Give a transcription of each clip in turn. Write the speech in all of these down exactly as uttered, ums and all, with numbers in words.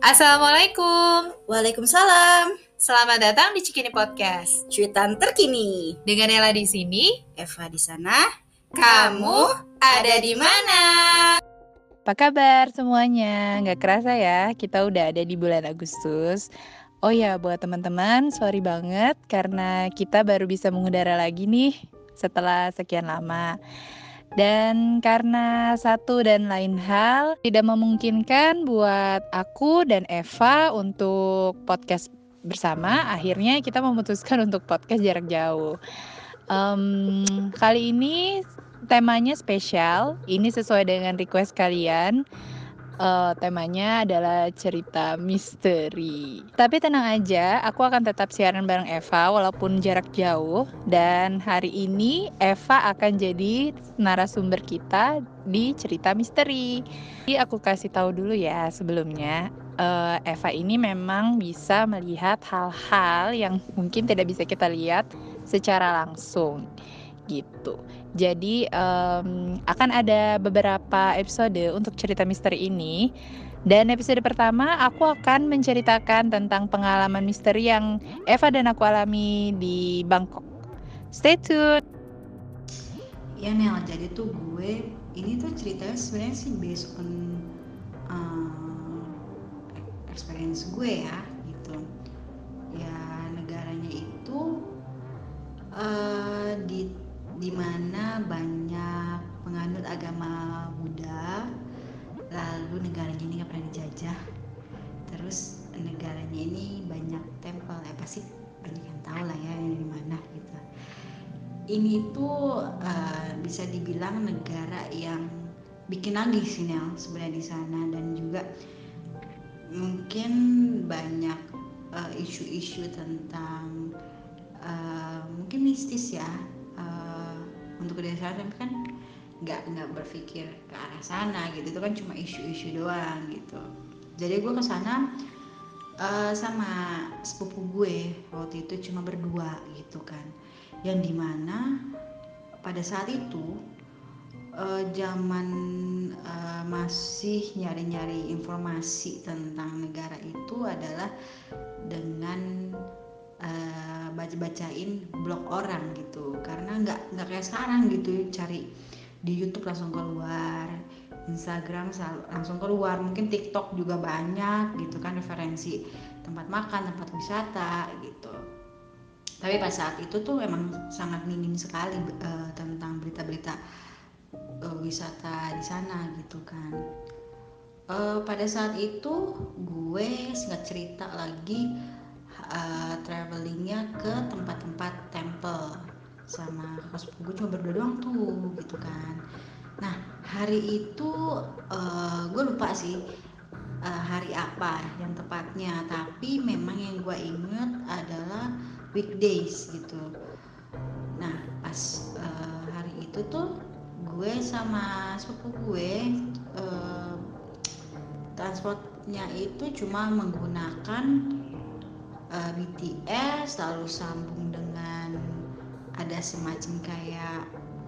Assalamualaikum. Waalaikumsalam. Selamat datang di Cikini Podcast. Cuitan terkini. Dengan Ella di sini, Eva di sana. kamu ada di mana? Apa kabar semuanya? Nggak kerasa ya, kita udah ada di bulan Agustus. Oh ya, buat teman-teman, sorry banget karena kita baru bisa mengudara lagi nih setelah sekian lama. Dan karena satu dan lain hal tidak memungkinkan buat aku dan Eva untuk podcast bersama, akhirnya kita memutuskan untuk podcast jarak jauh. Um, kali ini temanya spesial, ini sesuai dengan request kalian. Uh, temanya adalah cerita misteri. Tapi tenang aja, aku akan tetap siaran bareng Eva walaupun jarak jauh. Dan hari ini Eva akan jadi narasumber kita di cerita misteri. Jadi aku kasih tahu dulu ya sebelumnya. Uh, Eva ini memang bisa melihat hal-hal yang mungkin tidak bisa kita lihat secara langsung gitu. Jadi um, akan ada beberapa episode untuk cerita misteri ini. Dan episode pertama aku akan menceritakan tentang pengalaman misteri yang Eva dan aku alami di Bangkok. Stay tuned. Ya Nel, jadi tuh gue ini tuh ceritanya sebenarnya sih based on uh, experience gue ya gitu. Ya negaranya itu uh, di di mana banyak penganut agama Buddha, lalu negaranya ini nggak pernah dijajah, terus negaranya ini banyak temple, ya pasti banyak yang tahu lah ya ini di mana gitu. Ini tuh uh, bisa dibilang negara yang bikin nagih sih Nel sebenarnya di sana, dan juga mungkin banyak uh, isu-isu tentang uh, mungkin mistis ya. Untuk ke sana, tapi kan nggak nggak berpikir ke arah sana gitu, itu kan cuma isu-isu doang gitu. Jadi gue kesana uh, sama sepupu gue waktu itu cuma berdua gitu kan, yang dimana pada saat itu uh, zaman uh, masih nyari-nyari informasi tentang negara itu adalah dengan Uh, baca-bacain blog orang gitu, karena nggak nggak kayak sekarang gitu cari di YouTube langsung keluar, Instagram langsung keluar, mungkin TikTok juga banyak gitu kan referensi tempat makan, tempat wisata gitu. Tapi pas saat itu tuh emang sangat minim sekali uh, tentang berita-berita uh, wisata di sana gitu kan. Uh, pada saat itu gue singkat cerita lagi Uh, travelingnya ke tempat-tempat temple sama kakak sepupu gue, cuma berdua doang tuh gitu kan. Nah hari itu uh, gue lupa sih uh, hari apa yang tepatnya, tapi memang yang gue inget adalah weekdays gitu. Nah pas uh, hari itu tuh gue sama sepupu gue uh, transportnya itu cuma menggunakan Uh, B T S, lalu sambung dengan ada semacam kayak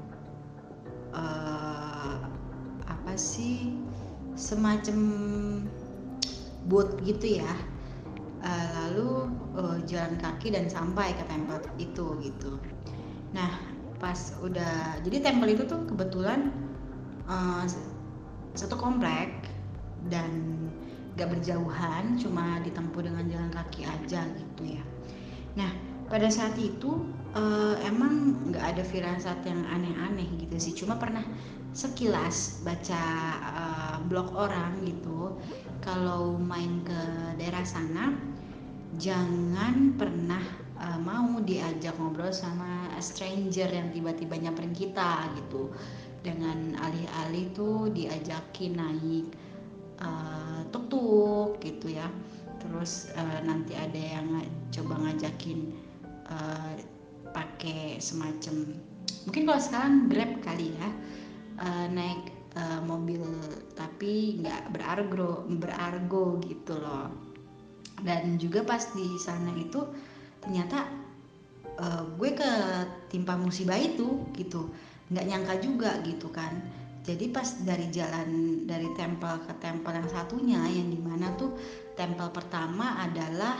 uh, apa sih semacam boat gitu ya, uh, lalu uh, jalan kaki dan sampai ke tempat itu gitu. Nah pas udah, jadi tempat itu tuh kebetulan uh, satu komplek dan gak berjauhan, cuma ditempuh dengan jalan kaki aja gitu ya. Nah pada saat itu uh, emang gak ada firasat yang aneh-aneh gitu sih, cuma pernah sekilas baca uh, blog orang gitu, kalau main ke daerah sana jangan pernah uh, mau diajak ngobrol sama stranger yang tiba-tiba nyamperin kita gitu, dengan alih-alih tuh diajakin naik Uh, tuk-tuk gitu ya, terus uh, nanti ada yang ng- coba ngajakin uh, pakai semacam, mungkin kalau sekarang Grab kali ya, uh, naik uh, mobil tapi nggak berargo berargo gitu loh. Dan juga pas di sana itu ternyata uh, gue ketimpa musibah itu gitu, nggak nyangka juga gitu kan. Jadi pas dari jalan dari tempel ke tempel yang satunya, yang dimana tuh tempel pertama adalah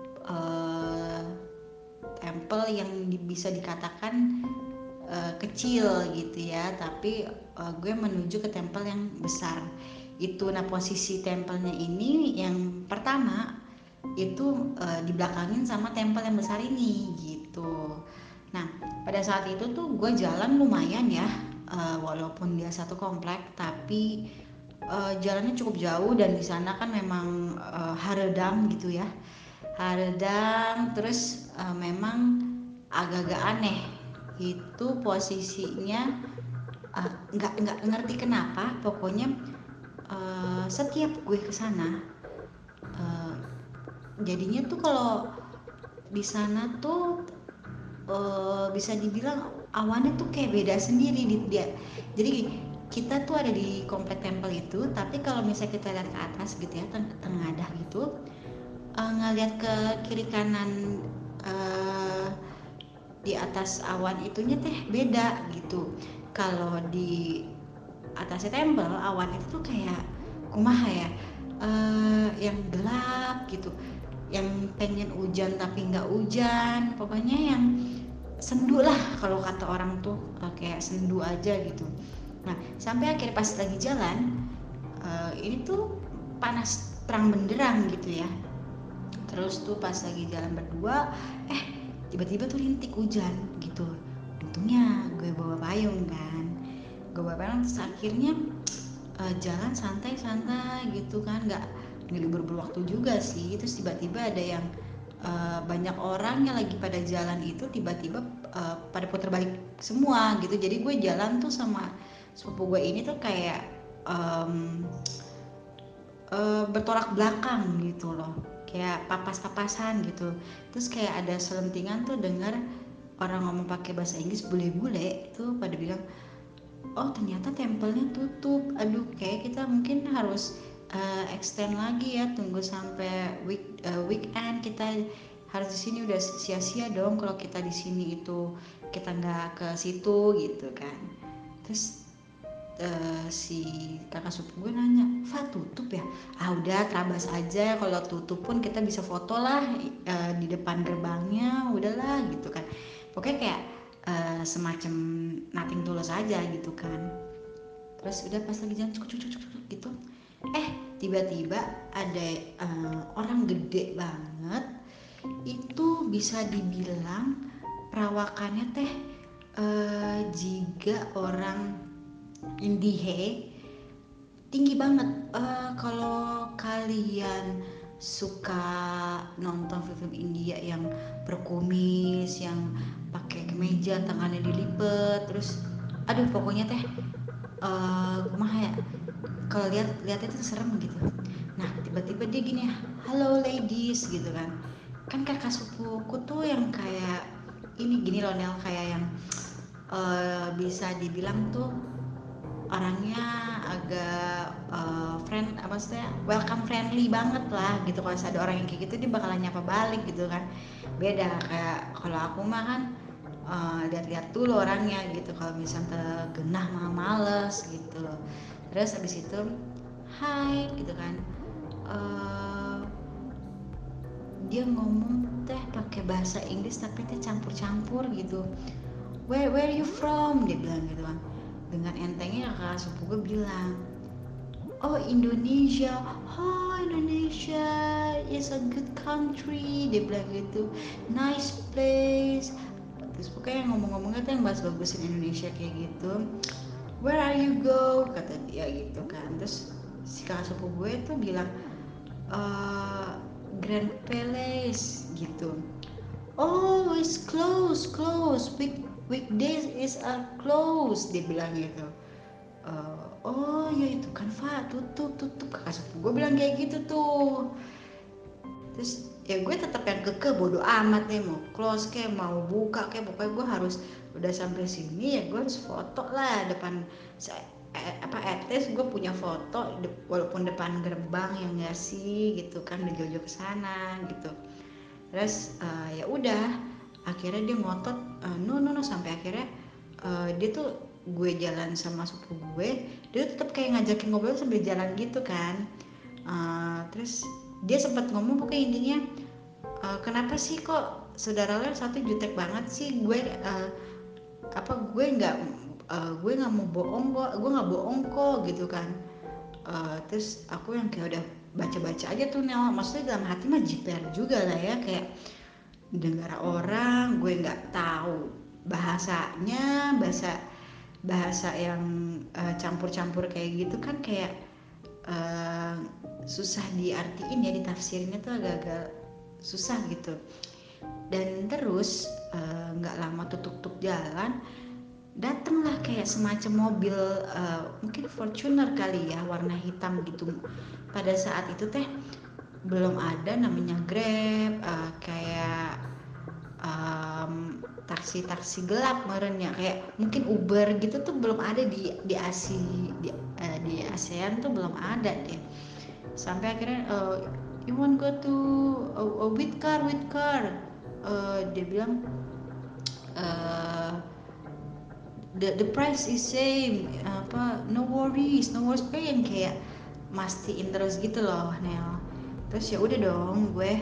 uh, tempel yang di, bisa dikatakan uh, kecil gitu ya, tapi uh, gue menuju ke tempel yang besar itu. Nah posisi tempelnya ini yang pertama itu uh, dibelakangin sama tempel yang besar ini gitu. Nah pada saat itu tuh gue jalan lumayan ya, uh, walaupun dia satu komplek tapi uh, jalannya cukup jauh, dan di sana kan memang uh, haredam gitu ya, haredam. Terus uh, memang agak-agak aneh itu posisinya, uh, nggak nggak ngerti kenapa, pokoknya uh, setiap gue kesana uh, jadinya tuh kalau di sana tuh uh, bisa dibilang awannya tuh kayak beda sendiri di dia. Jadi kita tuh ada di komplek tempel itu, tapi kalau misalnya kita lihat ke atas gitu ya, teng- tengadah gitu, uh, ngelihat ke kiri kanan, uh, di atas awan itunya teh beda gitu. Kalau di atasnya tempel awan itu tuh kayak kumaha ya, uh, yang gelap gitu, yang pengen hujan tapi nggak hujan, pokoknya yang sendu lah kalau kata orang tuh, uh, kayak sendu aja gitu. Nah sampai akhir pas lagi jalan, uh, ini tuh panas terang benderang gitu ya. Terus tuh pas lagi jalan berdua, eh tiba-tiba tuh rintik hujan gitu. Untungnya gue bawa payung kan, gue bawa payung. Terus akhirnya uh, jalan santai-santai gitu kan, nggak ngelibur waktu juga sih. Terus tiba-tiba ada yang uh, banyak orang yang lagi pada jalan itu tiba-tiba uh, pada putar balik semua gitu. Jadi gue jalan tuh sama sepupu gue ini tuh kayak um, uh, bertolak belakang gitu loh, kayak papas-papasan gitu. Terus kayak ada selentingan tuh dengar orang ngomong pakai bahasa Inggris, bule-bule itu pada bilang, oh ternyata tempelnya tutup. Aduh kayak kita mungkin harus uh, extend lagi ya, tunggu sampai week uh, weekend. Kita harus di sini, udah sia-sia dong kalau kita di sini itu kita nggak ke situ gitu kan. Terus uh, si kakak sepupu gue nanya, Fa tutup ya? Ah udah terabas aja, kalau tutup pun kita bisa foto lah uh, di depan gerbangnya, udahlah gitu kan. Pokoknya kayak uh, semacam nothing tulus aja gitu kan. Terus udah pas lagi jalan cuk cuk cuk cuk gitu, eh tiba-tiba ada uh, orang gede banget, itu bisa dibilang perawakannya teh uh, jika orang Indihe, tinggi banget. Uh, kalau kalian suka nonton film India yang berkumis, yang pakai kemeja tangannya dilipet, terus aduh pokoknya teh uh, kumaha ya, kalau lihat lihat itu serem gitu. Nah tiba-tiba dia gini, halo ladies gitu kan. Kan kakak sepupuku tuh yang kayak ini gini loh Nel, kayak yang uh, bisa dibilang tuh orangnya agak uh, friend, apa sih, welcome friendly banget lah gitu. Kalau ada orang yang kayak gitu dia bakalan nyapa balik gitu kan. Beda kayak kalau aku mah kan uh, lihat-lihat dulu orangnya gitu, kalau misalnya genah mah males gitu. Terus habis itu hai gitu kan, uh, dia ngomong teh pakai bahasa Inggris tapi teh campur-campur gitu. Where where you from, dia bilang gitu kan. Dengan entengnya kakak sepupu gue bilang, oh Indonesia. Oh Indonesia is a good country, dia bilang gitu, nice place. Terus pokoknya ngomong-ngomongnya tuh yang bahas bagusin Indonesia kayak gitu. Where are you go, kata dia gitu kan. Terus si kakak sepupu gue tuh bilang, uh, Grand Palace gitu. Oh it's close close week weekdays is are close, dia bilang gitu. Uh, oh ya itu kan Fa, tutup tutup, kakak sepupu gue bilang kayak gitu tuh. Terus ya gue tetap yang keke, bodo amat nih mau close kayak mau buka kayak, pokoknya gue harus udah sampai sini ya gue harus foto lah depan, eh, apa at least gue punya foto de, walaupun depan gerbang yang gak sih gitu kan, udah jauh-jauh kesana gitu. Terus uh, ya udah akhirnya dia ngotot, uh, no no no sampai akhirnya uh, dia tuh, gue jalan sama sepupu gue, dia tetap kayak ngajakin ngobrol sambil jalan gitu kan. Uh, terus dia sempat ngomong pokoknya intinya, e, kenapa sih kok saudara lo yang satu jutek banget sih, gue uh, apa gue nggak uh, gue nggak mau bohong kok, gue nggak bohong kok gitu kan. Uh, terus aku yang kayak udah baca-baca aja tuh Nel, maksudnya dalam hati mah jiper juga lah ya, kayak dengar orang gue nggak tahu bahasanya, bahasa bahasa yang uh, campur-campur kayak gitu kan, kayak uh, susah diartiin ya, ditafsirinnya tuh agak-agak susah gitu. Dan terus nggak uh, lama tutuk-tuk jalan datanglah kayak semacam mobil, uh, mungkin Fortuner kali ya, warna hitam gitu. Pada saat itu teh belum ada namanya Grab, uh, kayak um, taksi-taksi gelap merenya, kayak mungkin Uber gitu tuh belum ada di di Asi di, uh, di ASEAN tuh belum ada deh. Sampai akhirnya uh, you want go to uh, uh, with car with car uh, dia bilang uh, the the price is same, apa no worries no worries, kayak yang kayak mastiin terus gitu loh Nel. Terus ya udah dong gue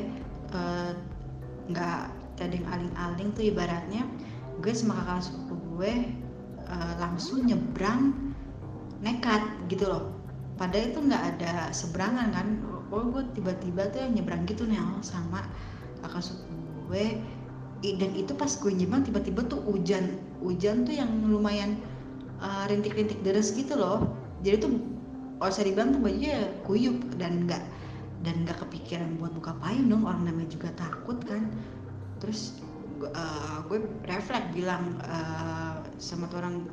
nggak uh, tading aling-aling tuh, ibaratnya gue sama kakak sepupu gue uh, langsung nyebrang nekat gitu loh, padahal itu nggak ada seberangan kan. Oh gue tiba-tiba tuh yang nyebrang gitu Nel sama kakak sepupu gue. Dan itu pas gue nyebrang tiba-tiba tuh hujan hujan tuh yang lumayan uh, rintik-rintik deres gitu loh. Jadi tuh kalau saya dibilang tuh bajunya kuyup dan nggak dan nggak kepikiran buat buka payung dong, orang namanya juga takut kan. Terus uh, gue refleks bilang uh, sama tuh orang,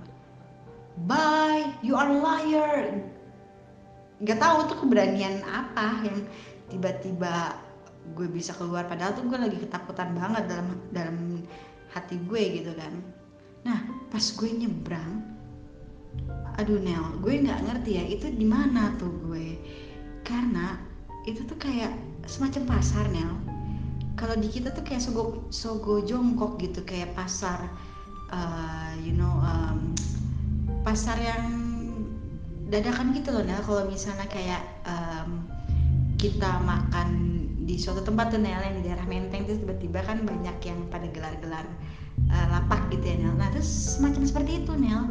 bye you are liar. Nggak tahu tuh keberanian apa yang tiba-tiba gue bisa keluar, padahal tuh gue lagi ketakutan banget dalam dalam hati gue gitu kan. Nah pas gue nyebrang, aduh Nel, gue nggak ngerti ya itu di mana tuh gue, karena itu tuh kayak semacam pasar Nel. Kalau di kita tuh kayak sogo sogo jongkok gitu, kayak pasar uh, you know um, pasar yang dadakan gitu loh Nel. Kalau misalnya kayak um, kita makan di suatu tempat tuh Nel yang di daerah Menteng, terus tiba-tiba kan banyak yang pada gelar-gelar uh, lapak gitu ya Nel. Nah terus semacam seperti itu Nel,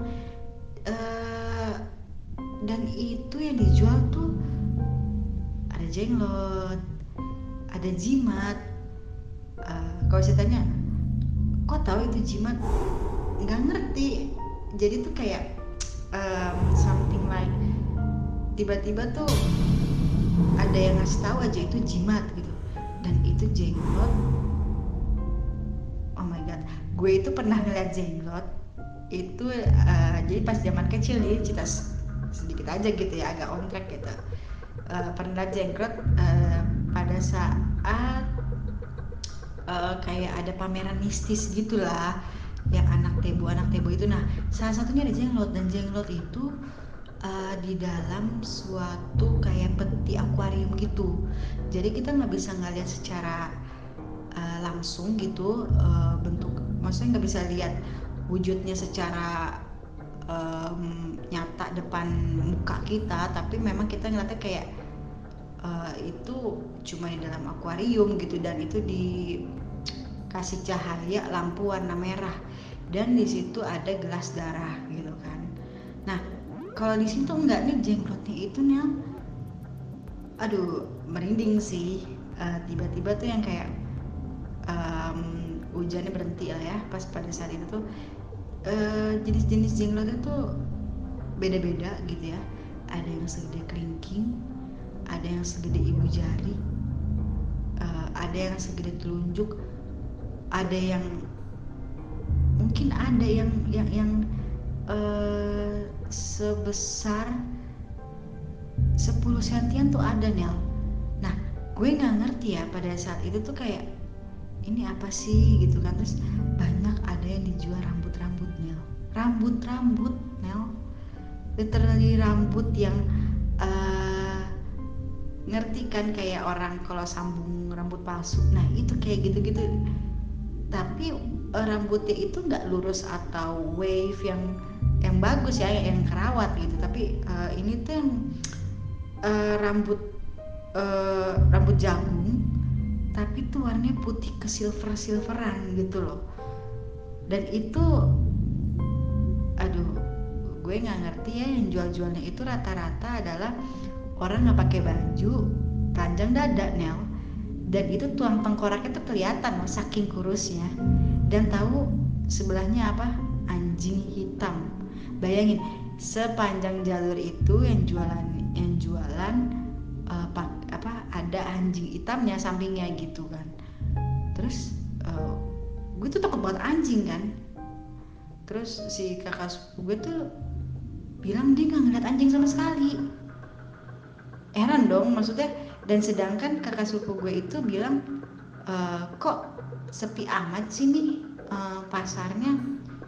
uh, dan itu yang dijual tuh ada jenglot, ada jimat. Uh, kalau saya tanya kok tahu itu jimat, nggak ngerti. Jadi tuh kayak um, something like tiba-tiba tuh ada yang ngasih tahu aja itu jimat gitu, dan itu jenglot. Oh my god, gue itu pernah ngeliat jenglot itu uh, jadi pas zaman kecil nih, cerita sedikit aja gitu ya, agak on track gitu. Uh, pernah jenglot uh, pada saat uh, kayak ada pameran mistis gitulah, yang anak tebo anak tebo itu. Nah salah satunya ada jenglot, dan jenglot itu Uh, di dalam suatu kayak peti akuarium gitu. Jadi kita nggak bisa ngeliat secara uh, langsung gitu uh, bentuk, maksudnya nggak bisa lihat wujudnya secara um, nyata depan muka kita, tapi memang kita ngeliatnya kayak uh, itu cuma di dalam akuarium gitu, dan itu dikasih cahaya lampu warna merah, dan di situ ada gelas darah gitu kan. Nah kalau di sini tuh enggak nih, jenglotnya itu nih, aduh merinding sih. Uh, tiba-tiba tuh yang kayak um, hujannya berhenti lah ya, pas pada saat itu tuh uh, jenis-jenis jenglotnya tuh beda-beda gitu ya. Ada yang segede kelingking, ada yang segede ibu jari, uh, ada yang segede telunjuk, ada yang mungkin ada yang yang yang uh, sebesar sepuluh sentian tuh ada Nel. Nah gue nggak ngerti ya pada saat itu tuh kayak ini apa sih gitu kan. Terus banyak ada yang dijual rambut-rambut Nel, rambut-rambut Nel, literally rambut yang uh, ngerti kan kayak orang kalau sambung rambut palsu. Nah itu kayak gitu-gitu, tapi uh, rambutnya itu nggak lurus atau wave yang yang bagus ya, yang kerawat gitu, tapi uh, ini tuh yang uh, rambut uh, rambut jagung tapi tuh warnanya putih ke silver silveran gitu loh. Dan itu aduh gue nggak ngerti ya, yang jual-jualnya itu rata-rata adalah orang nggak pakai baju, telanjang dada Nel. Dan itu tulang tengkoraknya tuh kelihatan loh saking kurusnya. Dan tahu sebelahnya apa? Anjing hitam. Bayangin sepanjang jalur itu yang jualan yang jualan uh, pak, apa ada anjing hitamnya sampingnya gitu kan. Terus uh, gue tuh takut banget anjing kan. Terus si kakak sepupu gue tuh bilang dia nggak ngeliat anjing sama sekali. Heran dong maksudnya. Dan sedangkan kakak sepupu gue itu bilang e, kok sepi amat sih nih uh, pasarnya.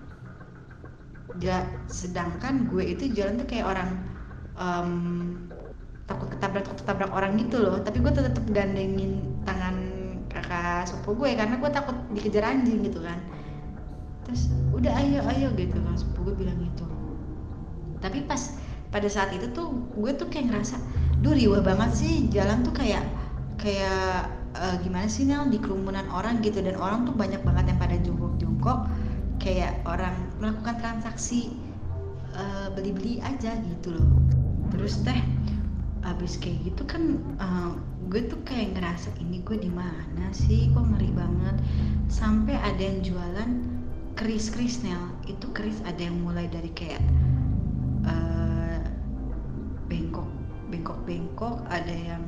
Dia, sedangkan gue itu jalan tuh kayak orang um, takut ketabrak takut ketabrak orang gitu loh. Tapi gue tetap gandengin tangan kakak sepupu gue karena gue takut dikejar anjing gitu kan. Terus udah ayo ayo gitu kan sepupu gue bilang gitu. Tapi pas pada saat itu tuh gue tuh kayak ngerasa duh riwah banget sih, jalan tuh kayak kayak uh, gimana sih Nel, di kerumunan orang gitu. Dan orang tuh banyak banget yang pada jongkok-jongkok kayak orang melakukan transaksi uh, beli-beli aja gitu loh. Terus teh abis kayak gitu kan uh, gue tuh kayak ngerasa ini gue di mana sih, kok ngeri banget. Sampai ada yang jualan keris-keris Nel. Itu keris ada yang mulai dari kayak uh, bengkok bengkok-bengkok, ada yang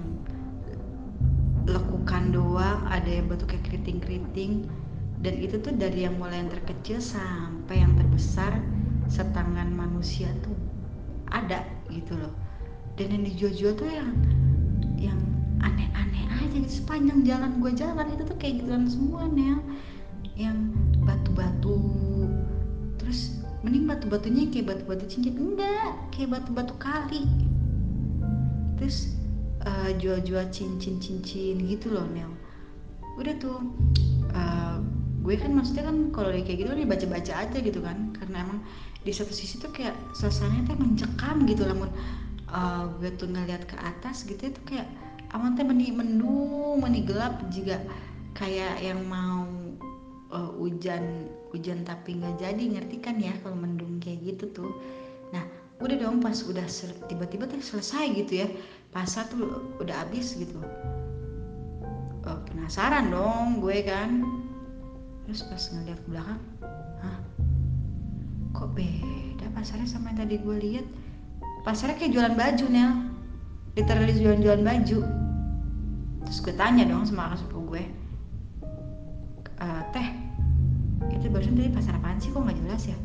lekukan doang, ada yang bentuknya keriting-keriting. Dan itu tuh dari yang mulai yang terkecil sampai yang terbesar setangan manusia tuh ada gitu loh. Dan yang dijual-jual tuh yang yang aneh-aneh aja gitu. Sepanjang jalan gue jalan itu tuh kayak gituan semua Nel. Yang batu-batu, terus mending batu-batunya kayak batu-batu cincin, enggak, kayak batu-batu kali. Terus uh, jual-jual cincin-cincin gitu loh Nel. Udah tuh uh, gue kan maksudnya kan kalau kayak gitu kan baca-baca aja gitu kan, karena emang di satu sisi tuh kayak suasananya tuh mencekam gitu. Namun uh, gue tuh ngeliat ke atas gitu itu kayak awan teh meni mendung, meni gelap juga kayak yang mau uh, hujan hujan tapi nggak jadi, ngerti kan ya kalau mendung kayak gitu tuh. Nah udah dong pas udah sel- tiba-tiba tuh selesai gitu ya, pasar tuh udah habis gitu. Uh, penasaran dong gue kan. Terus pas ngeliat ke belakang, hah kok beda pasarnya sama yang tadi gue lihat. Pasarnya kayak jualan baju Nel, literally jualan-jualan baju. Terus gue tanya dong sama kakak sepupu gue, e, teh itu barusan tadi pasar apaan sih, kok nggak jelas ya?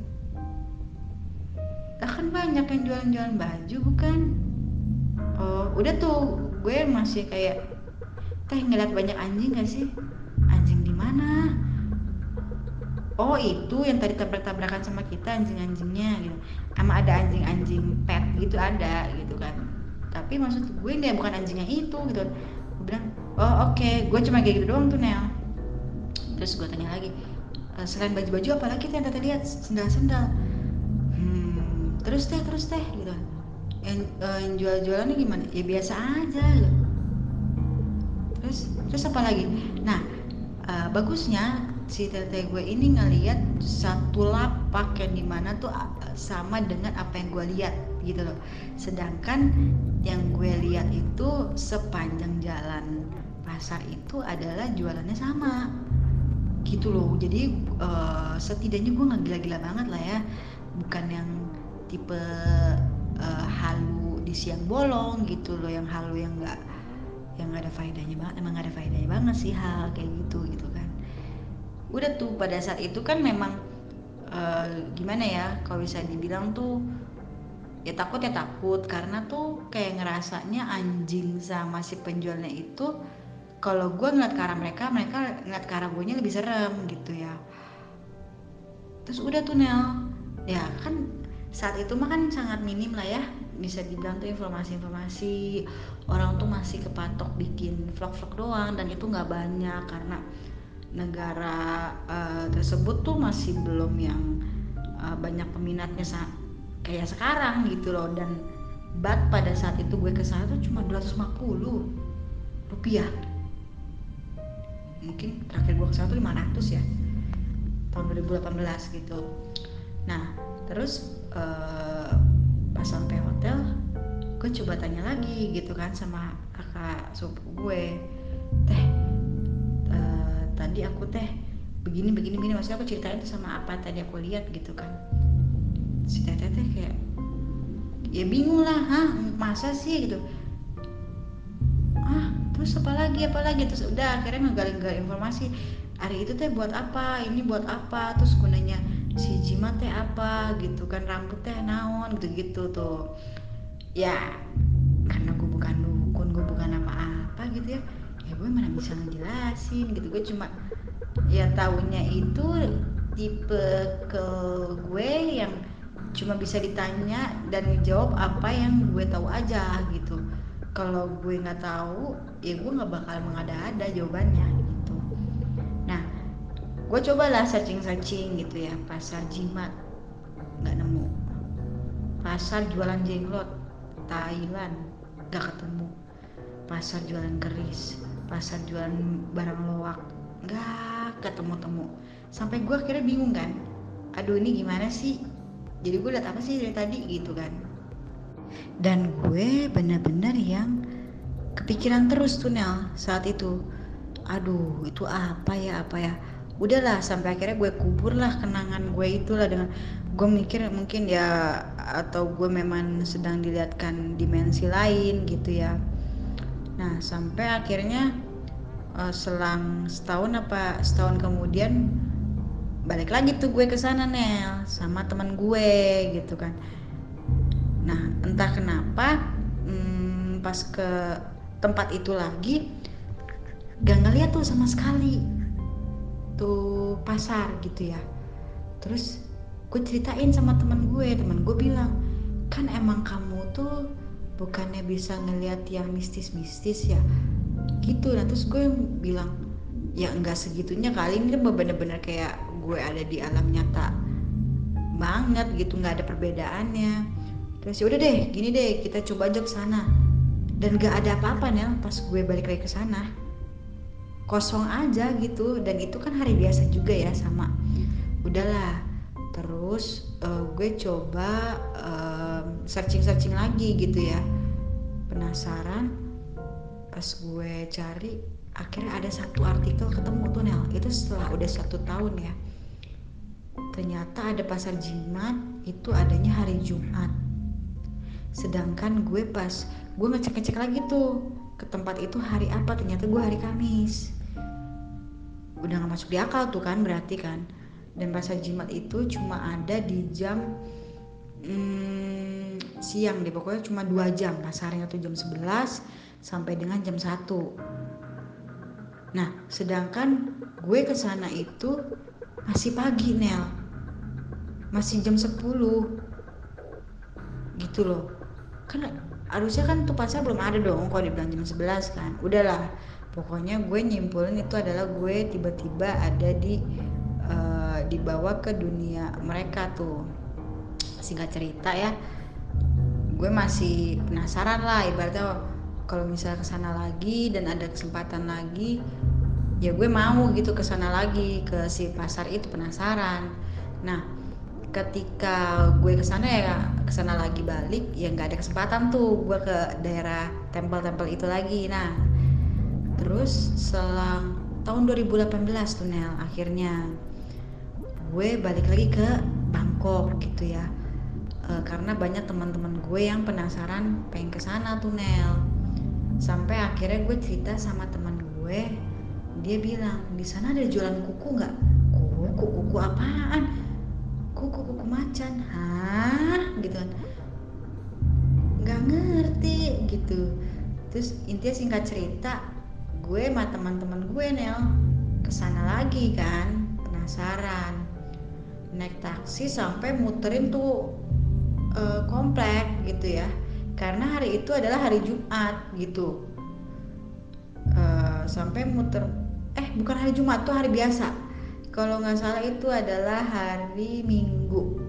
Lah kan banyak yang jualan-jualan baju bukan? Oh udah tuh gue masih kayak, teh ngeliat banyak anjing gak sih? Anjing di mana? Oh itu yang tadi tabrak-tabrakan sama kita anjing-anjingnya gitu. Sama ada anjing-anjing pet gitu ada gitu kan. Tapi maksud gue nggak, bukan anjingnya itu gitu. Gue bilang oh oke okay. Gue cuma kayak gitu doang tuh Nel. Terus gue tanya lagi, e, selain baju-baju apalagi tuh yang tadi lihat? Sendal-sendal. Hmm, terus teh terus teh gitu. Yang, uh, yang jual-jualannya gimana? Ya biasa aja gitu. Terus terus apa lagi? Nah uh, bagusnya si tete gue ini ngelihat satu lapak yang dimana tuh sama dengan apa yang gue lihat gitu loh. Sedangkan yang gue lihat itu sepanjang jalan pasar itu adalah jualannya sama gitu loh. Jadi uh, setidaknya gue nggak gila-gila banget lah ya, bukan yang tipe uh, halu di siang bolong gitu loh, yang halu yang nggak yang nggak ada faedahnya banget. Emang nggak ada faedahnya banget sih hal kayak gitu gitu kan. Udah tuh pada saat itu kan memang uh, gimana ya, kalau bisa dibilang tuh ya takut ya takut karena tuh kayak ngerasanya anjing sama si penjualnya itu, kalau gue ngeliat ke arah mereka, mereka ngeliat ke arah gue nya lebih serem gitu ya. Terus udah tuh Nel, ya kan saat itu mah kan sangat minim lah ya, bisa dibilang tuh informasi-informasi, orang tuh masih kepatok bikin vlog-vlog doang, dan itu nggak banyak karena negara uh, tersebut tuh masih belum yang uh, banyak peminatnya sa- kayak sekarang gitu loh. Dan bat pada saat itu gue kesana tuh cuma dua ratus lima puluh rupiah. Mungkin terakhir gue kesana tuh lima ratus ya, tahun dua ribu delapan belas gitu. Nah terus uh, pas sampai hotel gue coba tanya lagi gitu kan sama kakak sepupu gue, teh uh, tadi aku teh begini begini begini, maksudnya aku ceritain tuh sama apa tadi aku lihat gitu kan. Si teteh teh kayak ya bingung lah, hah masa sih gitu, ah terus apa lagi apa lagi terus udah akhirnya ngegali-gali informasi, hari itu teh buat apa, ini buat apa, terus gunanya si jimat teh apa gitu kan, rambut teh naon gitu-gitu tuh. Ya karena gue bukan dukun, gue bukan apa-apa gitu ya, ya gue mana bisa ngejelasin gitu. Gue cuma ya taunya itu tipe ke gue yang cuma bisa ditanya dan ngejawab apa yang gue tahu aja gitu. Kalau gue nggak tahu ya gue nggak bakal mengada-ada jawabannya gitu. Nah gue cobalah searching-searching gitu ya, pasar jimat nggak nemu, pasar jualan jenglot Thailand nggak ketemu, pasar jualan keris, pasar jualan barang loak nggak ketemu-temu. Sampai gue akhirnya bingung kan, aduh ini gimana sih, jadi gue liat apa sih dari tadi gitu kan. Dan gue bener-bener yang kepikiran terus tuh Nel saat itu, aduh itu apa ya apa ya. Udahlah sampai akhirnya gue kubur lah kenangan gue itulah, dengan gue mikir mungkin ya atau gue memang sedang dilihatkan dimensi lain gitu ya. Nah sampai akhirnya uh, selang setahun apa setahun kemudian balik lagi tuh gue kesana Nel sama teman gue gitu kan. Nah entah kenapa hmm, pas ke tempat itu lagi gak ngeliat tuh sama sekali tuh pasar gitu ya. Terus gue ceritain sama teman gue, teman gue bilang kan emang kamu tuh bukannya bisa ngeliat yang mistis-mistis ya gitu. Nah terus gue bilang ya enggak segitunya kali, ini bener-bener kayak gue ada di alam nyata banget gitu, nggak ada perbedaannya. Terus udah deh gini deh kita coba aja kesana, dan nggak ada apa-apa Nel. Pas gue balik lagi ke sana kosong aja gitu, dan itu kan hari biasa juga ya sama. Udahlah terus uh, gue coba uh, searching-searching lagi gitu ya, penasaran. Pas gue cari akhirnya ada satu artikel ketemu tuh Nel, itu setelah udah satu tahun ya. Ternyata ada pasar jimat itu adanya hari Jumat, sedangkan gue pas gue ngecek-ngecek lagi tuh ke tempat itu hari apa, ternyata gue hari Kamis. Udah gak masuk di akal tuh kan berarti kan. Dan pasar jimat itu cuma ada di jam hmm, siang deh, pokoknya cuma dua jam pasarnya tuh, jam sebelas sampai dengan jam satu. Nah sedangkan gue kesana itu masih pagi Nel, masih jam sepuluh gitu loh. Kan harusnya kan tuh pasar belum ada dong kalau dibilang jam sebelas kan. Udahlah pokoknya gue nyimpulin itu adalah gue tiba-tiba ada di uh, dibawa ke dunia mereka tuh. Singkat cerita ya, gue masih penasaran lah, ibaratnya kalau misalnya kesana lagi dan ada kesempatan lagi ya gue mau gitu kesana lagi ke si pasar itu, penasaran. Nah ketika gue kesana ya kesana lagi balik ya nggak ada kesempatan tuh gue ke daerah tempel-tempel itu lagi. Nah terus selang tahun dua ribu delapan belas tuh Nel akhirnya gue balik lagi ke Bangkok gitu ya, e, karena banyak teman-teman gue yang penasaran pengen kesana tuh Nel. Sampai akhirnya gue cerita sama teman gue, dia bilang di sana ada jualan kuku nggak? Kuku kuku apaan? Kuku kuku macan, hah gitu kan, nggak ngerti gitu. Terus intinya singkat cerita gue sama teman-teman gue Nel kesana lagi kan, penasaran, naik taksi sampai muterin tuh uh, komplek gitu ya, karena hari itu adalah hari Jumat gitu. Uh, sampai muter eh bukan hari Jumat tuh hari biasa. Kalau nggak salah itu adalah hari Minggu.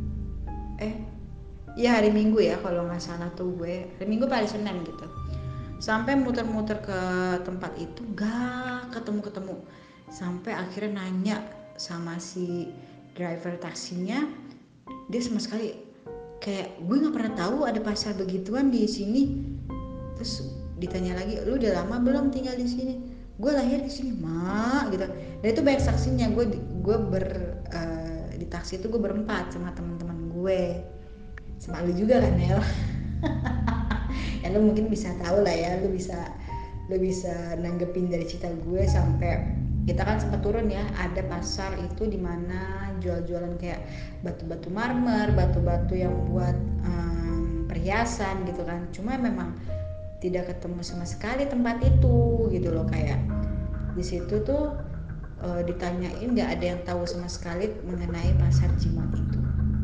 Eh, ya hari Minggu ya kalau nggak salah tuh gue. Hari Minggu pada Senin gitu. sampai muter-muter ke tempat itu gak ketemu-ketemu, sampai akhirnya nanya sama si driver taksinya, dia sama sekali kayak gue nggak pernah tahu ada pasar begituan di sini. Terus ditanya lagi, lu udah lama belum tinggal di sini? Gue lahir di sini mak gitu. Dan itu banyak saksinya. Gue gue ber uh, di taksi itu gue berempat sama teman-teman gue, sama lu juga kan Nel. Ya lu mungkin bisa tahu lah ya, lu bisa lu bisa nanggepin dari cerita gue. Sampai kita kan sempat turun ya, ada pasar itu di mana jual-jualan kayak batu-batu marmer, batu-batu yang buat um, perhiasan gitu kan. Cuma memang tidak ketemu sama sekali tempat itu gitu loh. Kayak di situ tuh e, ditanyain nggak ada yang tahu sama sekali mengenai pasar Cimol itu.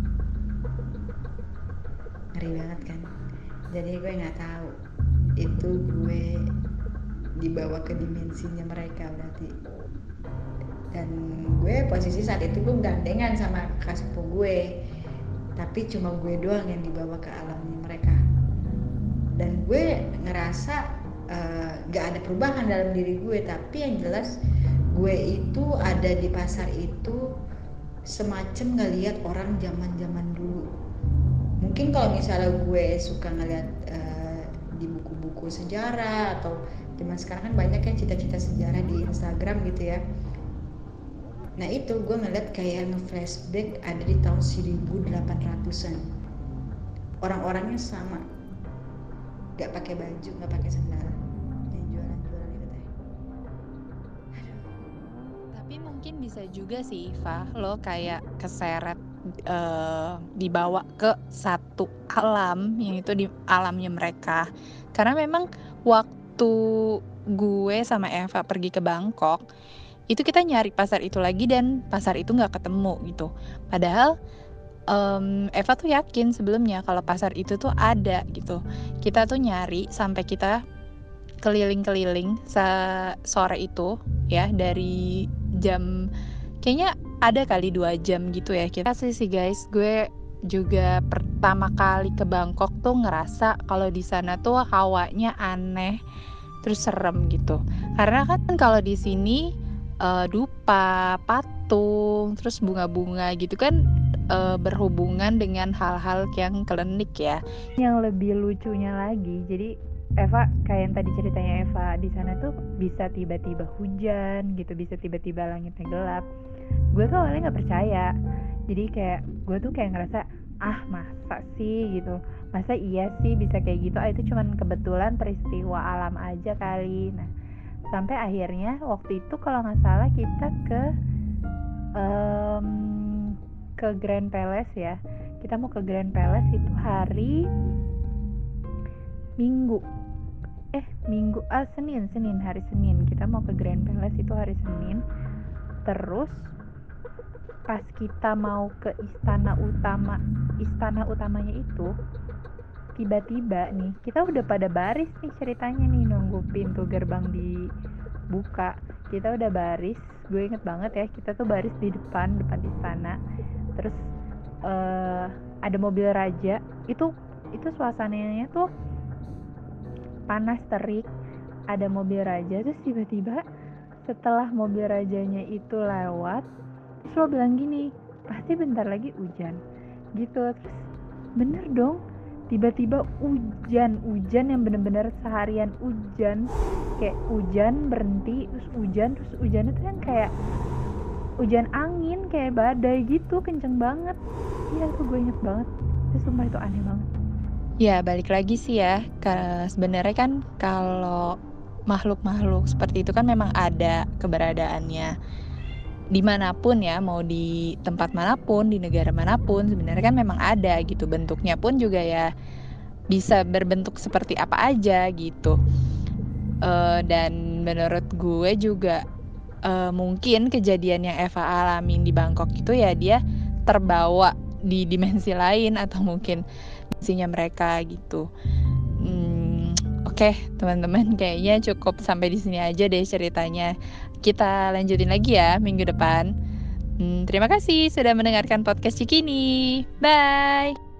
Ngeri banget kan. Jadi gue nggak tahu itu gue dibawa ke dimensinya mereka berarti. Dan gue posisi saat itu gue gandengan sama kakak sepupu gue, tapi cuma gue doang yang dibawa ke alamnya mereka. Dan gue ngerasa uh, gak ada perubahan dalam diri gue, tapi yang jelas gue itu ada di pasar itu semacam ngelihat orang zaman-zaman dulu. Mungkin kalau misalnya gue suka ngeliat uh, di buku-buku sejarah, atau zaman sekarang kan banyak kan cita-cita sejarah di Instagram gitu ya. Nah itu gue ngeliat kayak nge-flashback ada di tahun seribu delapan ratusan. Orang-orangnya sama, gak pakai baju, gak pakai sandal, yang jualan-jualan itu teh. Tapi mungkin bisa juga sih Iva, lo kayak keseret uh, dibawa ke satu alam, yang itu di alamnya mereka. Karena memang waktu gue sama Eva pergi ke Bangkok, itu kita nyari pasar itu lagi dan pasar itu nggak ketemu gitu. Padahal um, Eva tuh yakin sebelumnya kalau pasar itu tuh ada gitu. Kita tuh nyari sampai kita keliling-keliling sore itu ya, dari jam kayaknya ada kali dua jam gitu ya. Kita sih sih guys, gue juga pertama kali ke Bangkok tuh ngerasa kalau di sana tuh hawanya aneh terus serem gitu. Karena kan kalau di sini uh, dupa, patung, terus bunga-bunga gitu kan uh, berhubungan dengan hal-hal yang klinik ya. Yang lebih lucunya lagi, jadi Eva kayak yang tadi ceritanya Eva, di sana tuh bisa tiba-tiba hujan gitu, bisa tiba-tiba langitnya gelap. Gue tuh awalnya nggak percaya, jadi kayak gue tuh kayak ngerasa ah masa sih gitu, masa iya sih bisa kayak gitu, ah itu cuman kebetulan peristiwa alam aja kali. Nah sampai akhirnya waktu itu kalau nggak salah kita ke um, ke Grand Palace ya, kita mau ke Grand Palace itu hari Minggu eh Minggu ah Senin Senin hari Senin kita mau ke Grand Palace itu hari Senin. Terus pas kita mau ke istana utama istana utamanya itu, tiba-tiba nih kita udah pada baris nih ceritanya nih, nunggu pintu gerbang dibuka, kita udah baris. Gue inget banget ya, kita tuh baris di depan depan istana. Terus uh, ada mobil raja, itu itu suasananya tuh panas terik, ada mobil raja. Terus tiba-tiba setelah mobil rajanya itu lewat, terus lo bilang gini, pasti bentar lagi hujan gitu. Terus bener dong, tiba-tiba hujan hujan yang bener-bener seharian hujan, kayak hujan berhenti terus hujan, terus hujannya tuh yang kayak hujan angin kayak badai gitu, kenceng banget. Iya tuh gue inget banget, itu sumpah itu aneh banget. Ya balik lagi sih ya, sebenarnya kan kalau makhluk-makhluk seperti itu kan memang ada keberadaannya dimanapun ya, mau di tempat manapun, di negara manapun, sebenarnya kan memang ada gitu. Bentuknya pun juga ya bisa berbentuk seperti apa aja gitu. Uh, dan menurut gue juga uh, mungkin kejadian yang Eva alamin di Bangkok itu ya dia terbawa di dimensi lain, atau mungkin dimensinya mereka gitu. Hmm, Oke okay, teman-teman, kayaknya cukup sampai di sini aja deh ceritanya. Kita lanjutin lagi ya minggu depan. Hmm, terima kasih sudah mendengarkan podcast Cikini. Bye.